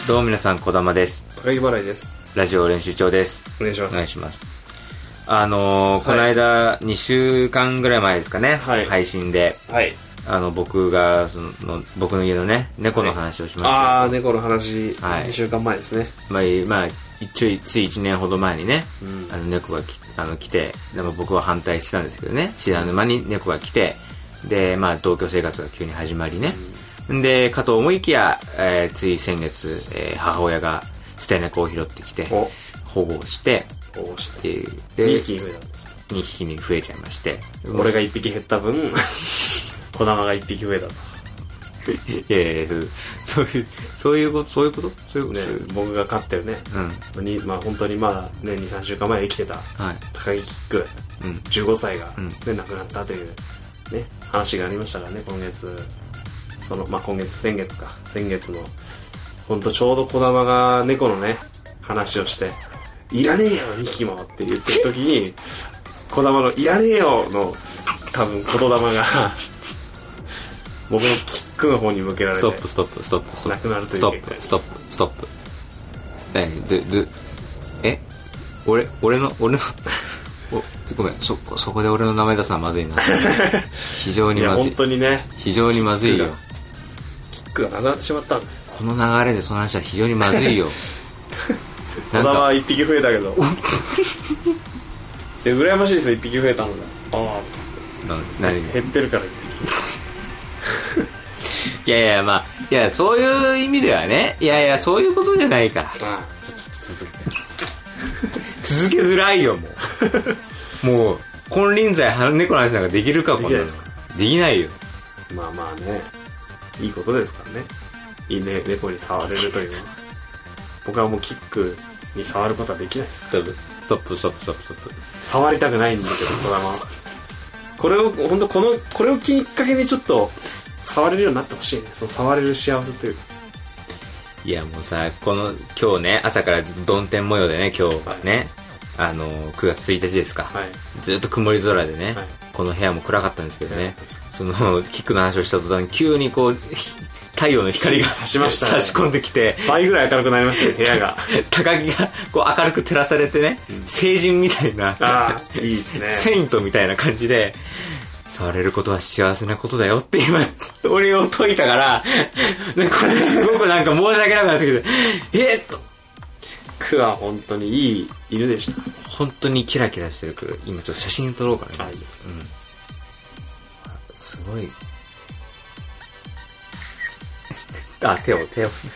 どうも皆さん、小玉です。 高木払いです。 ラジオ練習長です。 お願いします。 お願いします。この間2週間ぐらい前ですかね、 はい、 配信で、 はい、 僕が僕の家のね猫の話をしました、 ああ、猫の話、はい、2週間前ですね。 まあつい1年ほど前にね、猫が来て、でも僕は反対してたんですけどね、知らぬ間に猫が来て、で同居生活が急に始まりね、でかと思いきや、つい先月、母親が捨て猫を拾ってきて保護してで 2匹に増えたんです。 2匹に増えちゃいまして、 俺が1匹減った分小玉が1匹増えたと。 いやいや、そういうことね。 僕が飼ってるね、まあ本当にまだね 2,3 週間前生きてた高木キック、15歳が、亡くなったというね話がありましたからね。今月先月の本当ちょうど小玉が猫のね話をして、いらねえよ2匹もって言ってる時に小玉のいらねえよの多分言霊が僕のキックの方に向けられて、 ストップなくなるという結果。 ストップ俺のごめん、そこで俺の名前出すのはまずいな。非常にまずい。 いや本当にね、 非常にまずいよ。 キックがなくなってしまったんですよ。 この流れでその話は非常にまずいよ。 小玉は1匹増えたけどで羨ましいですよ、1匹増えたのが。ああつって何減ってるから1匹。 いやそういう意味ではね、いやそういうことじゃないから。 ちょっと続けて続けづらいよもう金輪際猫の話なんかできるか。 できないですか。 できないよ。 まあね、いいことですからね。いいね、猫に触れるというのは。僕はもうキックに触ることはできないですから。 ストップ触りたくないんだけど、小玉はこれを本当これをきっかけにちょっと触れるようになってほしいね。その触れる幸せというか。 いやもうさ、今日ね朝からずっと曇天模様でね、今日ね、9月1日ですか、ずっと曇り空でね、この部屋も暗かったんですけどね、そのキックの話をした途端急にこう太陽の光が差し込んできて、 倍ぐらい明るくなりましたね、部屋が。 高木がこう明るく照らされてね、聖人みたいな、 いいですね、 セイントみたいな感じで、触れることは幸せなことだよって今俺を解いたから、これすごくなんか申し訳なくなってきて、 クは本当にいい犬でした。 本当にキラキラしてるから、今ちょっと写真撮ろうかな。 いいです、 すごい。手を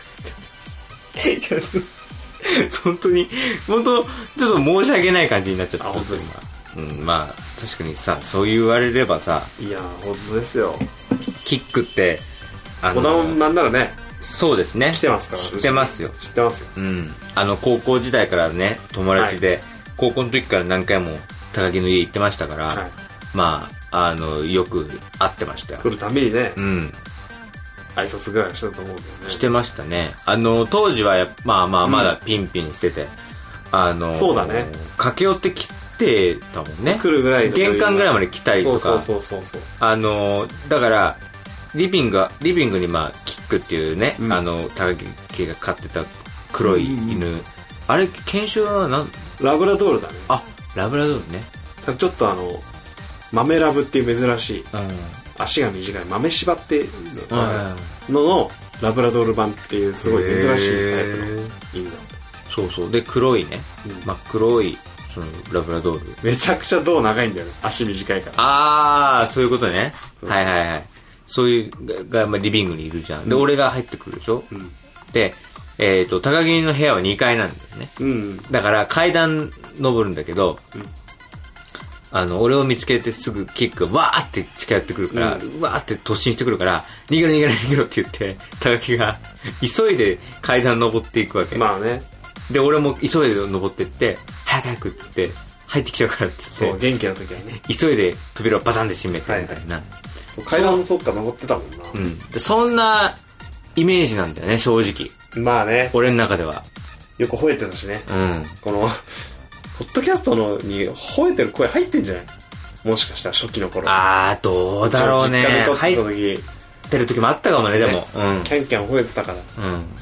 本当ちょっと申し訳ない感じになっちゃった。 本当ですか。 まあ確かにさ、そう言われればさ、 いや本当ですよ。 キックって子供なんならね、 そうですね、 来てますから。 知ってますよ。高校時代からね友達で、高校の時から何回も高木の家行ってましたから、よく会ってましたよ。 来るたびにね、挨拶ぐらいしたと思うけどね。 してましたね。当時はまだピンピンしてて、 そうだね、 駆け寄ってきてたもんね。 来るぐらい、 玄関ぐらいまで来たりとか。 そうだからリビングにキックっていうね、高木が飼ってた黒い犬、あれ犬種はラブラドールだね。 ラブラドールね。 ちょっと豆ラブっていう珍しい、足が短い豆柴っていうののラブラドール版っていうすごい珍しいタイプの犬だ。 そうで黒いね、真っ黒いそのラブラドール、 めちゃくちゃ胴長いんだよね、足短いから。 そういうことね。はいそういうがリビングにいるじゃん。で俺が入ってくるでしょ。で高木の部屋は2階なんだよね。だから階段登るんだけど、俺を見つけてすぐキックがわーって近寄ってくるから、わーって突進してくるから、逃げろって言って高木が急いで階段登っていくわけ。で俺も急いで登ってって早くっつって入ってきちゃうからっつって、 そう元気な時はね急いで扉をバタンで閉めてみたいな、 階段もそっか登ってたもんな。 でそんなイメージなんだよね、正直。俺の中ではよく吠えてたしね。このポッドキャストに吠えてる声入ってんじゃない？もしかしたら初期の頃。 どうだろうね。 実家で撮ってた時てる時もあったかもね、でも、 キャンキャン吠えてたから。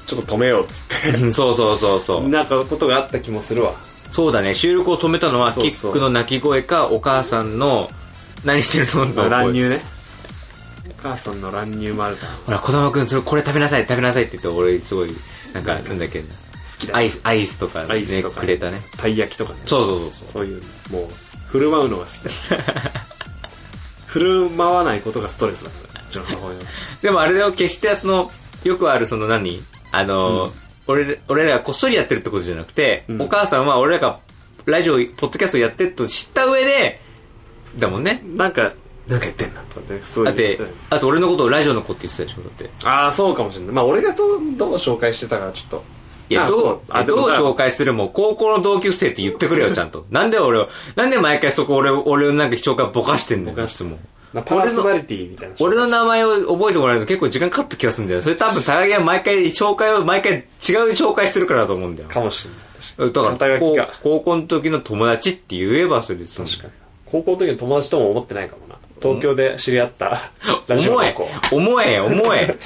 ちょっと止めようっつってそうなんかことがあった気もするわ。 そうだね、収録を止めたのはキックの泣き声かお母さんの何してるの乱入ね。お母さんの乱入もあるから。 ほら子供くんこれ食べなさいって言って俺すごいなんかなんだっけ好きだ、 アイスとかねくれたね。 たい焼きとかね。そういうもう振る舞うのが好きだ振る舞わないことがストレスだからうちの母親は。 でもあれを決してよくある俺らがこっそりやってるってことじゃなくて、お母さんは俺らがラジオポッドキャストやってると知った上でだもんね。 なんか言ってんなとかってそういう。 あと俺のことをラジオの子って言ってたでしょ。だってああそうかもしれない。まあ俺がどう紹介してたからちょっと。 いやどう紹介するも高校の同級生って言ってくれよちゃんと。なんで毎回そこ俺なんか紹介ぼかしてんだよ。ぼかしてもパーソナリティみたいな。 俺の名前を覚えてもらえると結構時間かかった気がするんだよ。それ多分高木が毎回違う紹介してるからだと思うんだよ。 かもしれない。 だから高校の時の友達って言えばそれで確かに。高校の時の友達とも思ってないかもな。東京で知り合ったラジオの子。 思えよ。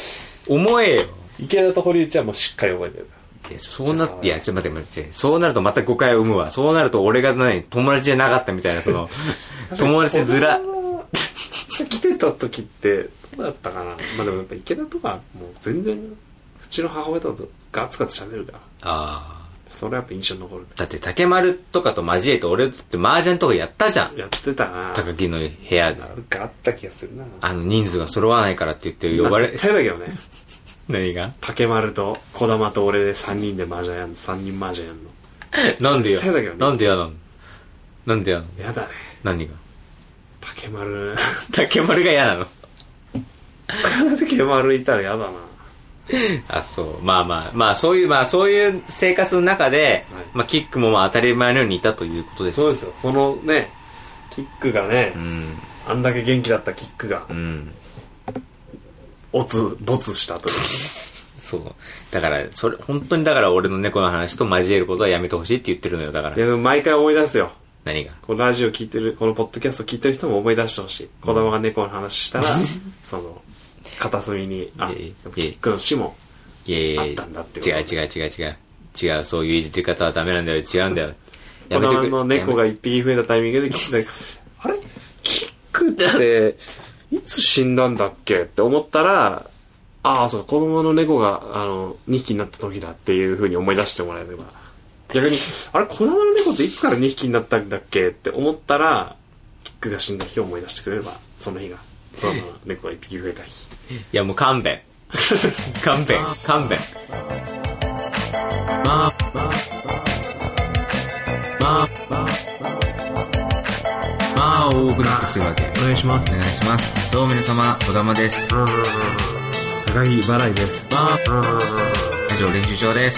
池田と堀内はもうしっかり覚えてる。 いやちょっと待って。そうなるとまた誤解を生むわ。そうなると俺が友達じゃなかったみたいな友達ずら。 来てた時ってどうだったかな。まあでもやっぱ池田とかもう全然うちの母親とかとガツガツ喋るから。 ああ。 それはやっぱ印象に残る。 だって竹丸とかと交えて俺って麻雀とかやったじゃん。 やってたな。 高木の部屋で。 なんかあった気がするな。 人数が揃わないからって言って呼ばれ。 絶対だけどね。 何が？ 竹丸と児玉と俺で3人で麻雀やんの。3人麻雀やんの。 なんでよ。 絶対だけどね。 なんでやなの？なんでやなの？ やだね。 何が？ 竹丸が嫌なの？ 竹丸いたら嫌だな。 あ、そう。まあそういう生活の中で、はい、キックも当たり前のようにいたということです。 そうですよ。そのね、キックがね、あんだけ元気だったキックが、没したという。 そう。だから、本当にだから俺の猫の話と交えることはやめてほしいって言ってるのよ、だから。 いや、でも毎回思い出すよ。 何が？ このラジオ聞いてる、このポッドキャスト聞いてる人も思い出してほしい。子供が猫の話したら、片隅に、キックの死もあったんだってこと、 ね。違う、そういういじり方はダメなんだよ、違うんだよ。 子供の猫が一匹増えたタイミングで聞いて、あれキックっていつ死んだんだっけって思ったら、そう子供の猫が2匹になった時だっていう風に思い出してもらえれば、逆にあれ子供の猫っていつから2匹になったんだっけって思ったら、キックが死んだ日を思い出してくれれば、その日が子供の猫が1匹増えた日。 いやもう勘弁多くなってきてるわけ。 お願いします。 どうも皆様、児玉です。 高木払いです。 ラジオ練習場です。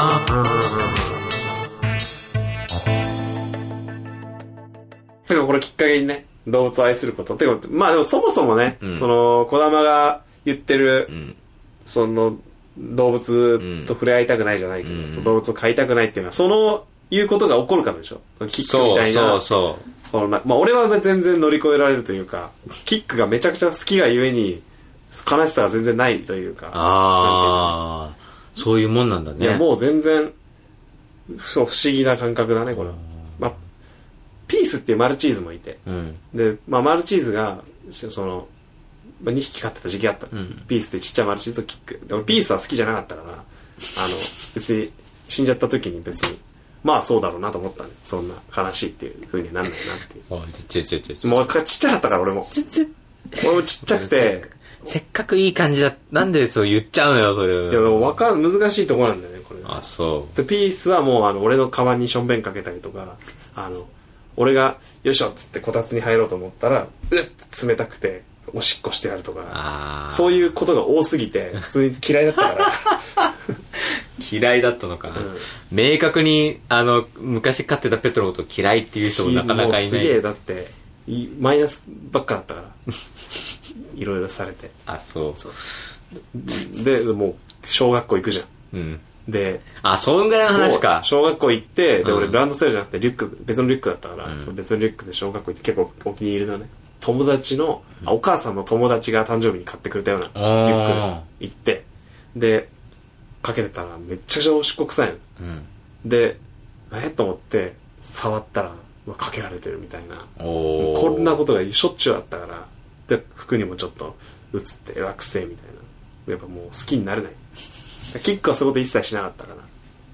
てかこれきっかけにね、動物を愛することてか、まあでもそもそもね、その児玉が言ってる、その動物と触れ合いたくないじゃないけど、動物を飼いたくないっていうのはそういうことが起こるからでしょ。キックみたいな。俺は全然乗り越えられるというか、キックがめちゃくちゃ好きがゆえに悲しさが全然ないというか。 そういうもんなんだね。 いやもう全然不思議な感覚だねこれ。ピースっていうマルチーズもいて、で、マルチーズが2匹飼ってた時期あった、ピースってちっちゃいマルチーズとキックでもピースは好きじゃなかったから別に死んじゃった時に別にそうだろうなと思ったね。そんな悲しいっていう風にはなんないなっていうもうちっちゃかったから俺もちっちゃくてせっかくいい感じだなんでそう言っちゃうのよそれ。 いやでも難しいとこなんだよねこれ。 そうでピースはもう俺のカバンにしょんべんかけたりとか俺がよいしょっつってこたつに入ろうと思ったらって冷たくておしっこしてやるとか、そういうことが多すぎて普通に嫌いだったから嫌いだったのかな、明確に昔飼ってたペットのことを嫌いっていう人もなかなかいない。 もうすげえだってマイナスばっかだったからいろいろされて。そうでもう小学校行くじゃん、でそんぐらいの話か。 小学校行ってで俺ランドセルじゃなくて別のリュックだったから、別のリュックで小学校行って結構お気に入りのね友達の、お母さんの友達が誕生日に買ってくれたようなリュック行って、でかけてたらめっちゃくちゃおしっこ臭いの、うん、でと思って触ったらかけられてるみたいな、こんなことがしょっちゅうあったから、で服にもちょっと映ってくせえみたいな、やっぱもう好きになれない。キックはそういうこと一切しなかったから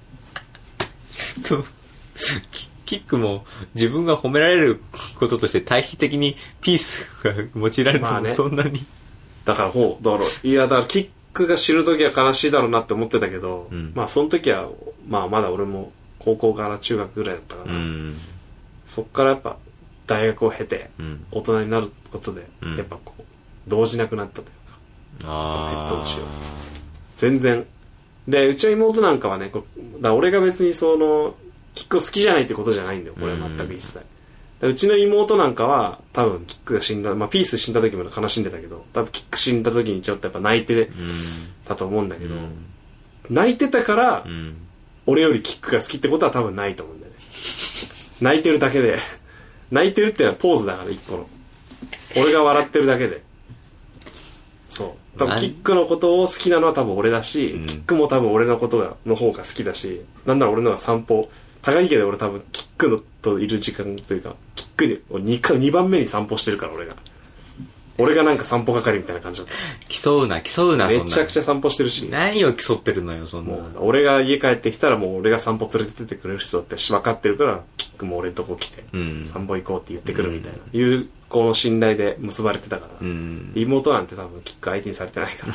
キックも自分が褒められることとして対比的にピースが用いられてもそんなに、 だからキックが死ぬ時は悲しいだろうなって思ってたけど、うん、まあその時はまあまだ俺も高校から中学ぐらいだったから、うん、そっからやっぱ大学を経て大人になることで、うん、やっぱこう動じなくなったというか、ヘッドのしよう全然で、うちの妹なんかはね、だ俺が別にそのキックを好きじゃないってことじゃないんだよ、これは全く一切。うちの妹なんかは多分キックが死んだ、まあピース死んだ時も悲しんでたけど、多分キック死んだ時にちょっとやっぱ泣いてたと思うんだけど、泣いてたから、俺よりキックが好きってことは多分ないと思うんだよね。泣いてるだけで泣いてるってのはポーズだから一個の。俺が笑ってるだけで。そう。多分キックのことを好きなのは多分俺だし、キックも多分俺のことの方が好きだし、なんなら俺のが散歩、高いけど俺多分キックのといる時間というか、キックを2番目に散歩してるから俺がなんか散歩係みたいな感じだった。 競うなそんな。 めちゃくちゃ散歩してるし。 何を競ってるのよ、そんな。 もう俺が家帰ってきたらもう俺が散歩連れてってくれる人だって分かってるから、キックも俺のとこ来て、散歩行こうって言ってくるみたいな、いうこの信頼で結ばれてたから、妹なんて多分キック相手にされてないから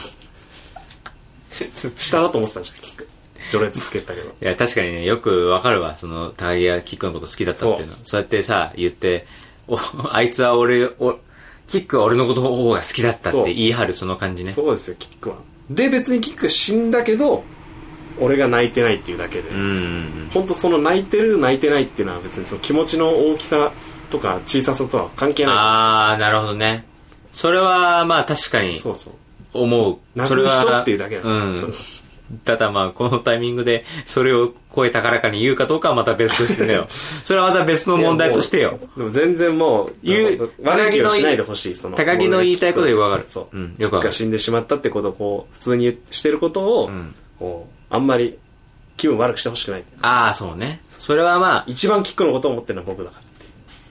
下だと思ってたじゃん、キック序列つけたけど。 いや確かにね、よくわかるわ、その高木がキックのこと好きだったっていうの。そうやってさ言ってあいつはキックは俺のことの方が好きだったって言い張るその感じね。 そうですよ、キックは。で別にキック死んだけど俺が泣いてないっていうだけで、本当その泣いてる泣いてないっていうのは別にその気持ちの大きさとか小ささとは関係ない。 ああ、なるほどね。それはまあ確かに思う。 泣く人っていうだけだから、 ただまあこのタイミングでそれを声高らかに言うかどうかはまた別としてねよ。それはまた別の問題としてよ。 でも全然もう悪い気をしないでほしい。その高木の言いたいことよくわかる。 そう、よくわかる。死んでしまったってことをこう普通にしてることを、こうあんまり気分悪くしてほしくない。 ああそうね。それはまあ一番キックのことを思ってるのは僕だからっていう。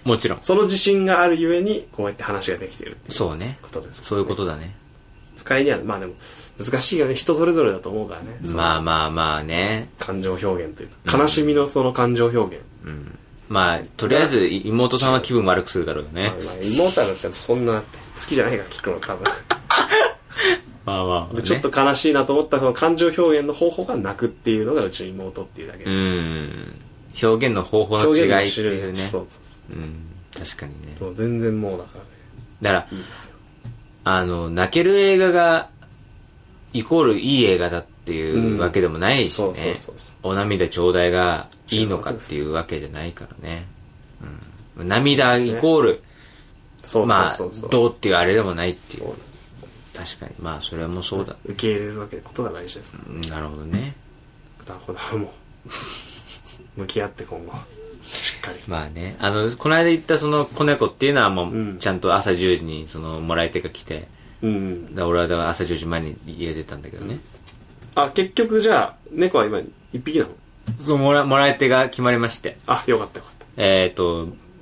もちろん。 その自信があるゆえにこうやって話ができているっていうそうね。 ことです、ね。 そういうことだね。 不快にはまあでも難しいよね、人それぞれだと思うからね。 まあね、 感情表現というか、悲しみのその感情表現、 まあとりあえず妹さんは気分悪くするだろうよね。 まあ妹だってそんな好きじゃないから聞くの多分まあ、 でちょっと悲しいなと思ったその感情表現の方法が泣くっていうのがうちの妹っていうだけで、 表現の方法の違いっていうね。 そう確かにね。 もう全然もうだからね。 だからいいですよ。 泣ける映画がイコールいい映画だっていうわけでもないしね。お涙ちょうだいがいいのかっていうわけじゃないからね。涙イコール、まあどうっていうあれでもないっていう。確かにまあそれもそうだ。 受け入れるわけことが大事ですから。 なるほどね。 だからもう向き合って今後しっかり。 まあね、この間言ったその子猫っていうのはもうちゃんと朝10時にそのもらい手が来て、だ俺はだから朝10時前に家出たんだけどね。 あ、結局じゃあ猫は今一匹なの？ そう、もらい手が決まりまして。 あ、よかったよかった。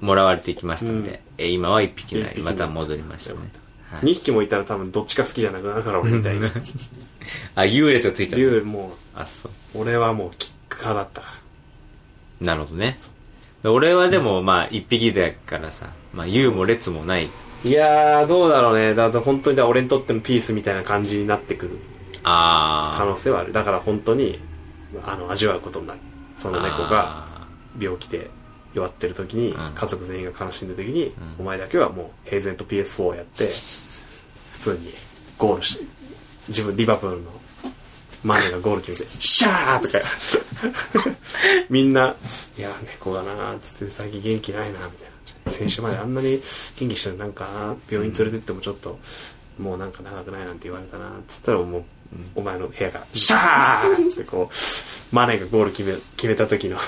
もらわれていきましたので、今は1匹ない。また戻りましたね。 2匹もいたら多分どっちか好きじゃなくなるから俺みたいな。 あ、優劣がついた。 優劣もう、俺はもうキック派だったから。 なるほどね。俺はでもまあ1匹だからさ、まあ優も劣もない。 いやーどうだろうね。だから本当に俺にとってのピースみたいな感じになってくる可能性はある。だから本当に味わうことになる。その猫が病気で弱ってる時に、家族全員が悲しんでる時に、お前だけはもう平然と PS4 をやって普通にゴールして自分リバプールのマネがゴール決めてシャーとかみんないや猫だなーって最近元気ないなみたいな、先週まであんなに元気してるなんかな、病院連れてってもちょっともうなんか長くないなんて言われたなっつったらもうお前の部屋がシャーってこうマネがゴール決めた時の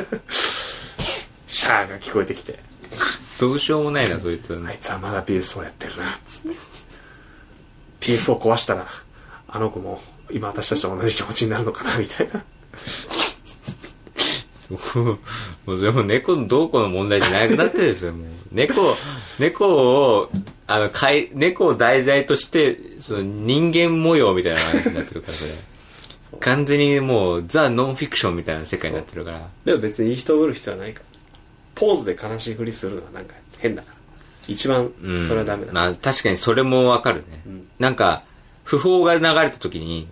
シャーが聞こえてきて、 どうしようもないなそいつ。 あいつはまだ PS4 やってるなっつってPS4 壊したらあの子も今私たちと同じ気持ちになるのかなみたいな。 もうそれも猫のどうこうの問題じゃなくなってるんですよ。もう猫を猫を題材としてその人間模様みたいな話になってるからそれ完全にもうザ・ノンフィクションみたいな世界になってるから。 でも別にいい人をぶる必要はないから。ポーズで悲しいふりするのはなんか変だから。一番それはダメだ、 まあ確かにそれもわかるね、なんか訃報が流れた時に、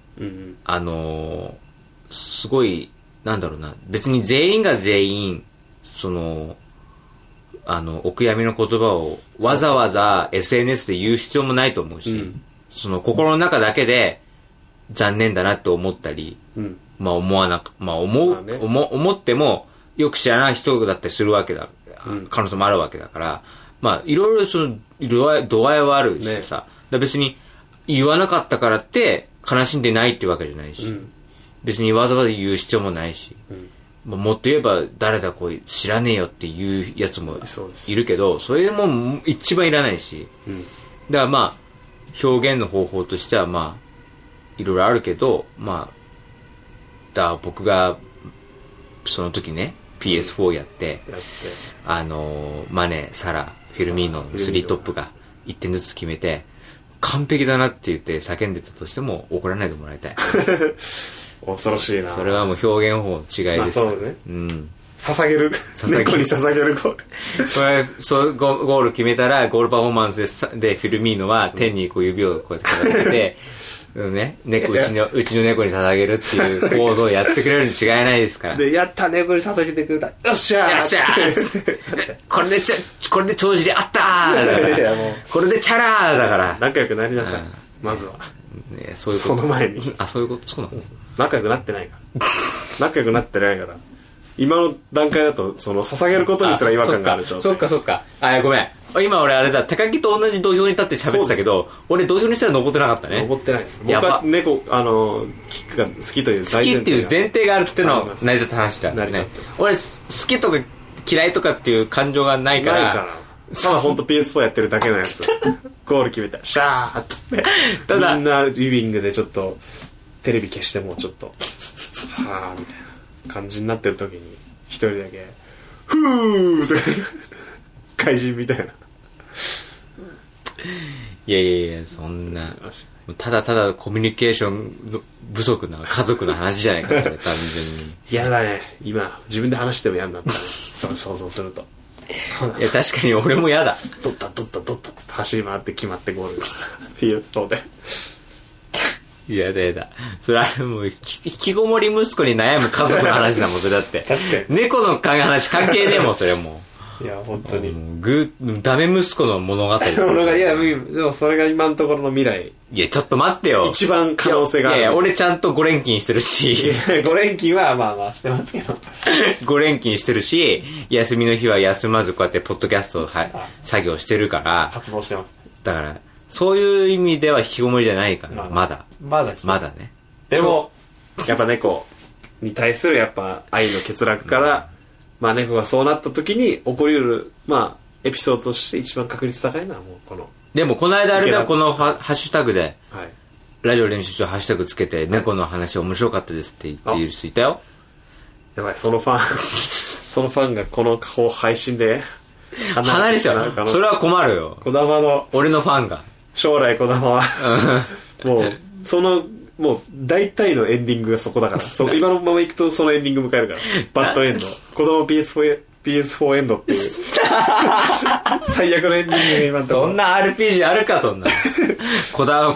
すごいなんだろうな、別に全員が全員そのお悔やみの言葉をわざわざ SNS で言う必要もないと思うし、その心の中だけで残念だなって思ったり、まあ思ってもよく知らない人だったりするわけだ、可能性もあるわけだから、まあいろいろその度合いはあるしさ、だ別に言わなかったからって悲しんでないってわけじゃないし、別にわざわざ言う必要もないし、まあ、もっと言えば誰だこれ知らねえよっていうやつもいるけど、それも一番いらないし、だからまあ表現の方法としてはまあいろいろあるけど、まあだから僕がその時ね PS4 やってマネ、サラ、フィルミーノの3トップが1点ずつ決めて完璧だなって言って叫んでたとしても怒らないでもらいたい。 恐ろしいな。 それはもう表現方の違いですから。 そうね。捧げる。猫に捧げるゴール。これ、ゴール決めたら、ゴールパフォーマンスでフィルミーノは天にこう指をこうやって掲げて、ね、うちの猫に捧げるっていう行動をやってくれるに違いないですから。 で、やった猫に捧げてくれた。よっしゃーよっしゃーこれで帳尻あったーだからこれでチャラーだから。 仲良くなりなさい。まずは。 ね、そういうこと。 その前に。 そういうこと、そうなんです。 仲良くなってないから。仲良くなってないから。今の段階だと、捧げることにすら違和感がある状態。 そっか。ごめん。今俺あれだ、高木と同じ土俵に立って喋ってたけど、俺土俵にしたら登ってなかったね。 登ってないです。僕は猫、キックが好きという好きっていう前提があるっていうのは成り立った話だ。 成り立ってます。 俺、好きとか嫌いとかっていう感情がないから。 ただほんと PS4 やってるだけのやつ。ゴール決めた。シャーって。ただみんなリビングでちょっと、テレビ消してもちょっと、はぁみたいな感じになってる時に、一人だけ、ふーって怪人みたいな。 いや、そんな、ただコミュニケーション不足な家族の話じゃないか、それ、単純に。 嫌だね。今、自分で話しても嫌になったね。それ想像すると。 いや、確かに俺も嫌だ。 取ったって走り回って決まってゴール。PS4 で。 やだ。それはもう、引きこもり息子に悩む家族の話だもん、それだって。 確かに。 猫の話関係ねえもん、それもう。いや、本当に。 ダメ息子の物語。いや、でもそれが今のところの未来。 いや、ちょっと待ってよ。 一番可能性がある。 いや、俺ちゃんと5連勤してるし。 5連勤はまあしてますけど。 5連勤してるし、休みの日は休まずこうやってポッドキャストを作業してるから。 活動してます。 だから、そういう意味では引きこもりじゃないから、まだね。 でも、やっぱ猫に対するやっぱ愛の欠落から、まあ猫がそうなった時に起こりうる、まあエピソードとして一番確率高いのはもうこの。 でもこの間あれだ、このハッシュタグで、ラジオ練習中ハッシュタグつけて、猫の話面白かったですって言っている人いたよ。 やばい、そのファンがこの配信で離れちゃう。それは困るよ。 児玉の。 俺のファンが。 将来児玉はもうもう大体のエンディングがそこだから今のまま行くとそのエンディング迎えるからバッドエンド児玉 PS4 エンドっていう最悪のエンディングが今のところそんな RPG あるかそんな児玉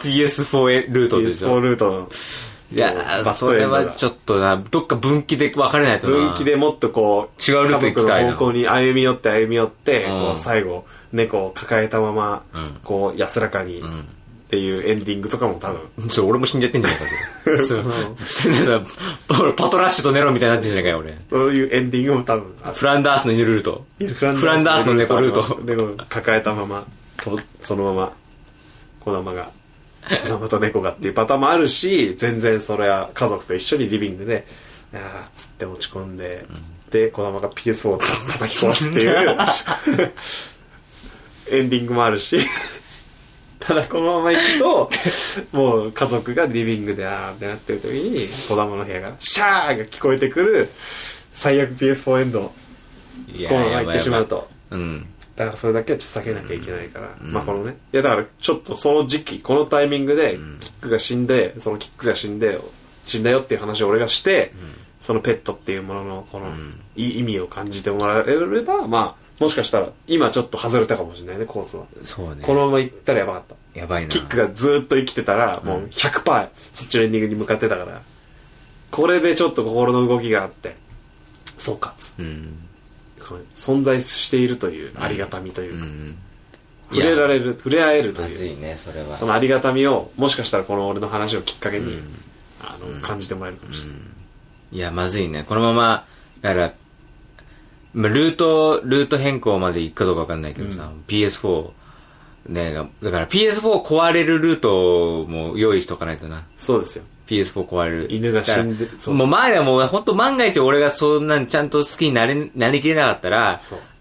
PS4 ルートでしょ PS4 ルートのいやそれはちょっとなどっか分岐で分かれないとな分岐でもっとこう違うルート行きたいな家族の方向に歩み寄ってこう最後猫を抱えたままこう安らかにっていうエンディングとかも多分それ俺も死んじゃってんじゃないかそれパトラッシュとネロみたいになってんじゃないかよ俺そういうエンディングも多分フランダースのルートフランダースの猫ルート猫抱えたままそのまま児玉が児玉と猫がっていうパターンもあるし全然それは家族と一緒にリビングでつって落ち込んで、で児玉が PS4 を叩き壊すっていうエンディングもあるしただこのまま行くともう家族がリビングであーってなってる時に子供の部屋がシャーが聞こえてくる最悪 PS4 エンドこのまま行ってしまうと、うん、だからそれだけはちょっと避けなきゃいけないから、うん、まあこのね、いやだからちょっとその時期このタイミングでキックが死んで、そのキックが死んだよっていう話を俺がして、うん、そのペットっていうもののこの意味を感じてもらえれば、まあもしかしたら今ちょっと外れたかもしれないね、コースは。そうね。このまま行ったらやばかった。やばいな。キックがずーっと生きてたらもう 100% そっちのエンディングに向かってたから、これでちょっと心の動きがあって、そうかっつって、うん、存在しているというありがたみというか、うん、触れられる、触れ合えるという、まずいね、それは。そのありがたみをもしかしたらこの俺の話をきっかけに、感じてもらえるかもしれない。 いや、まずいね。このままだからルート変更まで行くかどうか分かんないけどさ、PS4 ね、だから PS4 壊れるルートも用意しとかないとな。 そうですよ。 PS4 壊れる。 犬が死んで、 そうもう前はもう本当万が一俺がそんなにちゃんと好きになりきれなかったら、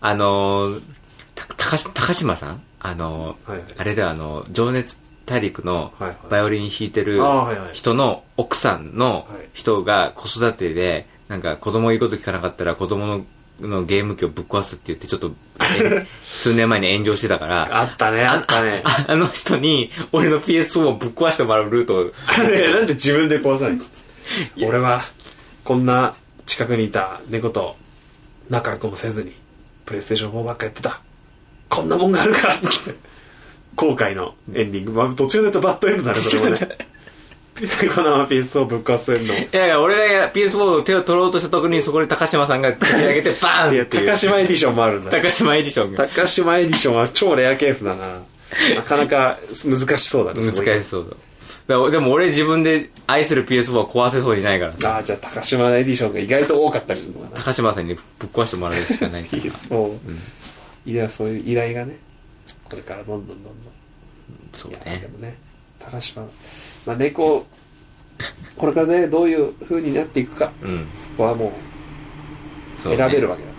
高島さんはいはい、あれで情熱大陸のバイオリン弾いてる人の奥さんの人が子育てで、なんか子供言うこと聞かなかったら子供のゲーム機をぶっ壊すって言ってちょっと数年前に炎上してたからあったねあったねあの人に俺の PS4 をぶっ壊してもらうルートをなんで自分で壊さない俺はこんな近くにいた猫と仲良くもせずにプレイステーション4ばっかやってた、こんなもんがあるからって後悔のエンディング、まあ、途中でとバッドエンドだねそれもねこのまま PS4 をぶっ壊せるの。いやだから俺が PS4 を手を取ろうとした時にそこで高島さんが手上げてバーンっていう。 高島エディションもあるんだ。 高島エディションが。 高島エディションは超レアケースだな。なかなか難しそうだね。 難しそうだ。でも俺自分で愛する PS4 は壊せそうにないからさ。ああ、じゃあ高島エディションが意外と多かったりするのかな。 高島さんにぶっ壊してもらうしかないから。 そう。うん、いや、そういう依頼がね、これからどんどん。 そうね。 でもね、高島、まあ猫、これからねどういう風になっていくか、うん、そこはもう選べるわけだから、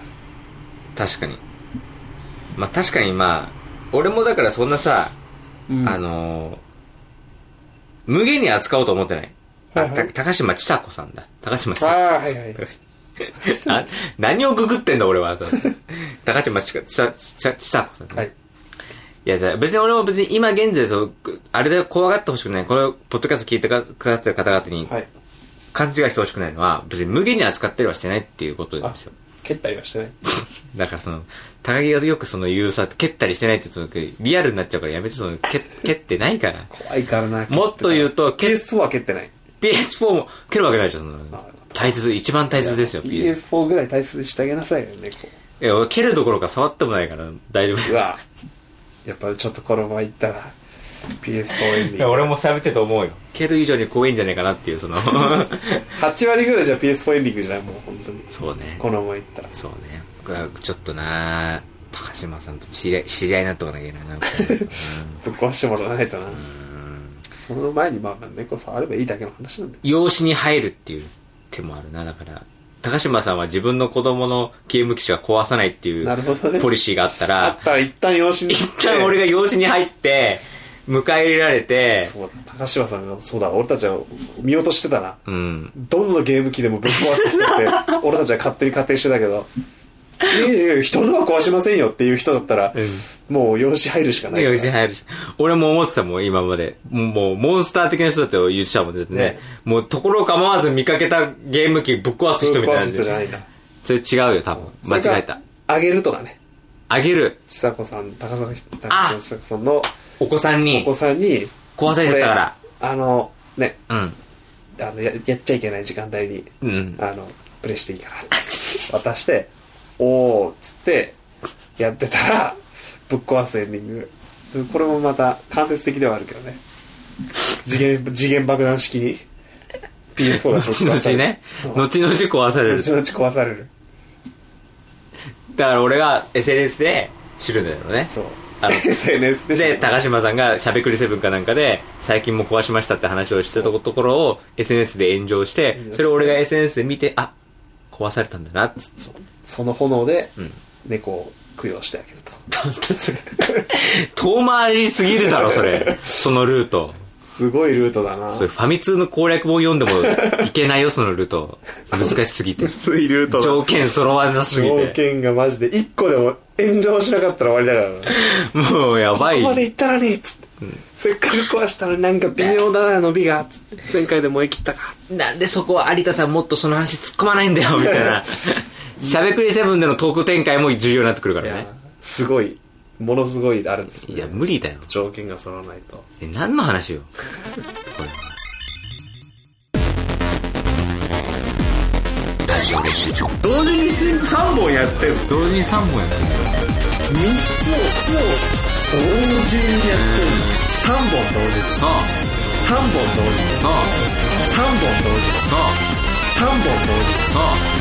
確かにまあ確かにまあ俺もだからそんなさ、うん、無限に扱おうと思ってない、はいはい、高島ちさ子さんだ高島ちさ子はいはい何をググってんだ俺は高島ちさ子さん、はい、いや別に俺も別に今現在あれで怖がってほしくない、これをポッドキャスト聞いてくださってる方々に勘違いしてほしくないのは、別に無限に扱ってるはしてないっていうことですよ。 蹴ったりはしてないだから高木がよく言うさ、蹴ったりしてないって言うとリアルになっちゃうからやめて、蹴ってないから怖いからな。 もっと言うと PS4 は蹴ってない。 PS4 も蹴るわけないじゃん。一番大切ですよ。 PS4 ぐらい大切にしてあげなさいよね。 いや俺蹴るどころか触ってもないから大丈夫。 うわやっぱりちょっとこのままいったら PS4 エンディング。 俺も喋ってると思うよ。蹴る以上に怖いんじゃないかなっていう 8割ぐらいじゃ PS4 エンディングじゃないもう本当に。 そうね。 このままいったら。 そうね。僕はちょっとな高島さんと知り合いになっとかなきゃいけないな。 ぶっ壊してもらわないとな。その前にまあ猫触ればいいだけの話なんだよ。 養子に入るっていう手もあるな。だから高島さんは自分の子供のゲーム機しか壊さないっていうポリシーがあったら、 一旦養子に一旦俺が養子に入って迎え入れられて、 そうだ高島さんがそうだ俺たちは見落としてたな、うん、どんなゲーム機でもぶっ壊してきてって俺たちは勝手に仮定してたけど人のは壊しませんよっていう人だったら、うん、もう養子入るしかないから。 養子入るし俺も思ってたもん今まで。もうモンスター的な人だって言ってたもんね。もうところを構わず見かけたゲーム機ぶっ壊す人みたいな。ぶっ壊す人じゃないんだ。それ違うよ多分。間違えた。 あげるとかね。 あげる。 ちさ子さん高島ちさ子さんのお子さんに壊されちゃったからね、うん、やっちゃいけない時間帯に、うん、プレイしていいかなって渡しておーっつってやってたらぶっ壊すエンディング。これもまた間接的ではあるけどね。次元爆弾式に PS4 が後々ね後々壊される。 後々壊される。 だから俺が SNS で知るんだよね。そう SNS で高島さんがしゃべくり7かなんかで最近も壊しましたって話をしてたところを SNS で炎上して、それを俺が SNS で見て、あ壊されたんだなっつって、 その炎で猫を供養してあげると。 遠回りすぎるだろそれ。そのルートすごいルートだな。 それファミ通の攻略本読んでもいけないよそのルート。難しすぎて。 むずいルートだ。 条件揃わなすぎて。 条件がマジで1個でも炎上しなかったら終わりだからな。 もうやばい。 ここまで行ったらねっつって、せっかく壊したのになんか微妙だな伸びがつって前回で燃え切ったか。 なんでそこは有田さんもっとその話突っ込まないんだよみたいな。しゃべくり7でのトーク展開も重要になってくるからね。 すごいものすごいあるんですね。 いや無理だよ。 条件が揃わないと。 何の話よこれ。ラジオ練習場同時にシンク3本やってる。 同時に3本やってる。 3つを同時にやってる。3本同時。 そう 3本同時。 そう 3本同時。 そう 3本同時。 そう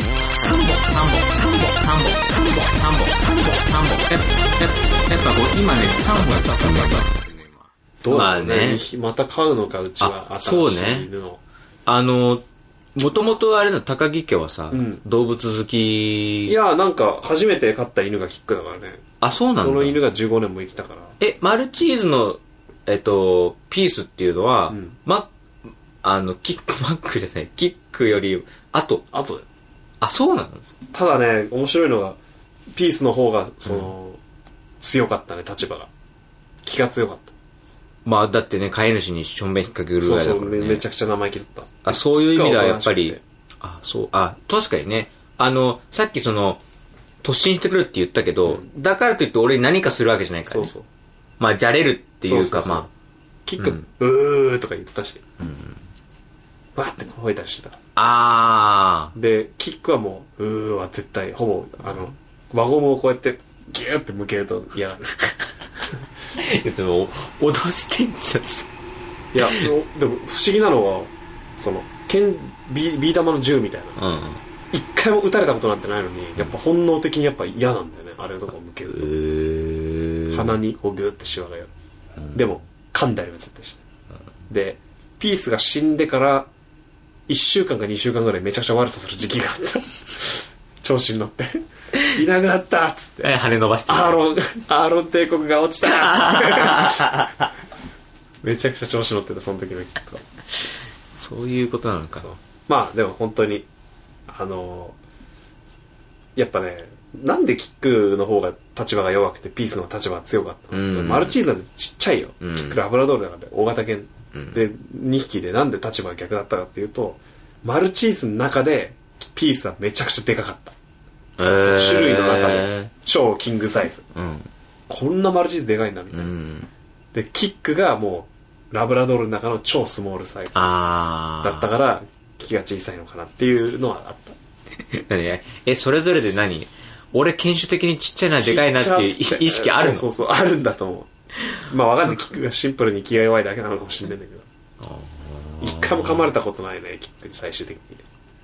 3本3本3本3本3本3本3本やっぱ今ね3本やったんだどうだね。また買うのかうちは。 そうね。もともとあれの高木家はさ、動物好き。 いやなんか初めて飼った犬がキックだからね。 あ、そうなんだ。 その犬が15年も生きたから。 マルチーズのピースっていうのは、キックマックじゃない、キックより後で。あ、そうなんですか。 ただね、面白いのがピースの方が強かったね、立場が。気が強かった。 まあだってね、飼い主にしょんべん引っ掛けるぐらいだからね。 そうめちゃくちゃ生意気だった。 そういう意味ではやっぱり、確かにね、さっき突進してくるって言ったけど、だからといって俺に何かするわけじゃないからね。まあじゃれるっていうか、まあキック、うーとか言ったし、わーって吠えたりしてた。でキックはもううーは絶対ほぼ輪ゴムをこうやってギューって向けると嫌がる。 いつも脅してんじゃん。 いやでも不思議なのはビー玉の銃みたいな、一回も撃たれたことなんてないのに、やっぱ本能的にやっぱ嫌なんだよね、あれとか向けると。鼻にこうグーってシワがやる、でも噛んだりは絶対しない、でピースが死んでから1週間か2週間ぐらいめちゃくちゃ悪さする時期があった調子に乗っていなくなったっつって羽伸ばしてアーロン帝国が落ちたっつってめちゃくちゃ調子乗ってた、その時のキックは。 そういうことなのか。 まあでも本当にやっぱね、なんでキックの方が立場が弱くてピースの立場が強かったの、マルチーズなんてちっちゃいよ、キックラブラドールだから、ね、大型犬、で2匹でなんで立場が逆だったかっていうと、マルチーズの中でピースはめちゃくちゃでかかった、種類の中で超キングサイズ、こんなマルチーズでかいんだみたいな、でキックがもうラブラドールの中の超スモールサイズだったから気が小さいのかなっていうのはあった何それぞれで何、俺犬種的にちっちゃいなでかいなっていう意識あるの？ そうあるんだと思う。まあわかんない、キックがシンプルに気が弱いだけなのかもしれないんだけど、一回も噛まれたことないね、キックに最終的に。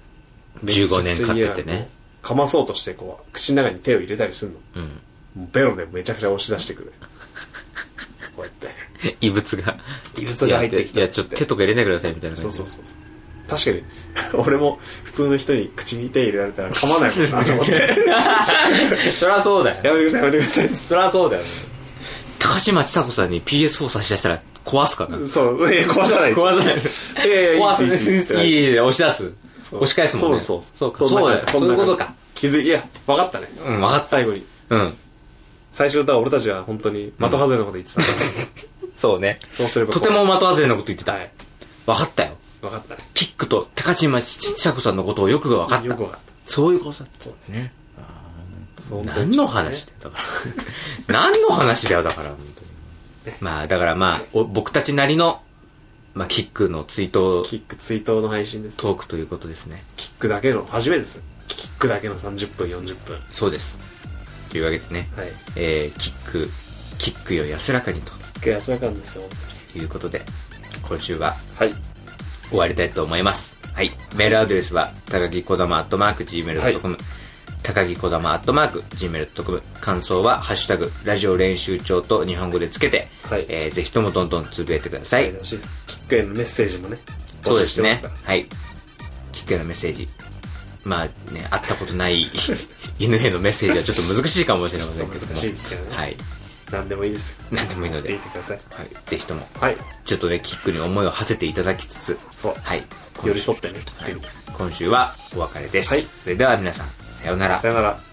15年飼っててね、 噛まそうとしてこう口の中に手を入れたりするの、もうベロでめちゃくちゃ押し出してくるこうやって異物が入ってきて、いやちょっと手とか入れないでくださいみたいな感じ。そう確かに俺も普通の人に口に手入れられたら噛まないもんなと思ってそりゃそうだよ、 やめてくださいそりゃそうだよね。高嶋ちさ子さんに PS4 差し出したら壊すかな。 そう壊さない壊すいい押し出す、押し返すもんね。そうだよ、そういうことか。 気づい、いや分かったね、 分かった。 最後に最初だ、俺たちは本当に的外れのこと言ってたそうね、 そうすればとても的外れのこと言ってた。分かったよ、 分かったね。 キックと高嶋ちさ子さんのことをよく分かった。そういうことだ。そうですね。何の話だよだから何の話だよだから本当に。まあだからまあ僕たちなりのキックの追悼の配信です。 トークということですね。 キックだけの初めてです。キックだけの30分40分。 そうです。というわけでね、キックよ安らかにと。 安らかにですよ。 ということで今週は終わりたいと思います。はい。メールアドレスは高木こだま@gmail.com、高木こだま@gmail.com。感想はハッシュタグラジオ練習帳と日本語でつけて、ぜひともどんどんつぶやいてください。 キックへのメッセージもね。 そうですね。はい。キックへのメッセージまあね、会ったことない犬へのメッセージはちょっと難しいかもしれませんけども。 難しいですけどね。 はい。 何でもいいですよ。 何でもいいので。 言ってください。 はい。ぜひとも。 はい。 ちょっとね、キックに思いを馳せていただきつつ。 そう。 はい。 寄り添ってね、キックに。 今週はお別れです。 はい。 それでは皆さん、さようなら。 さようなら。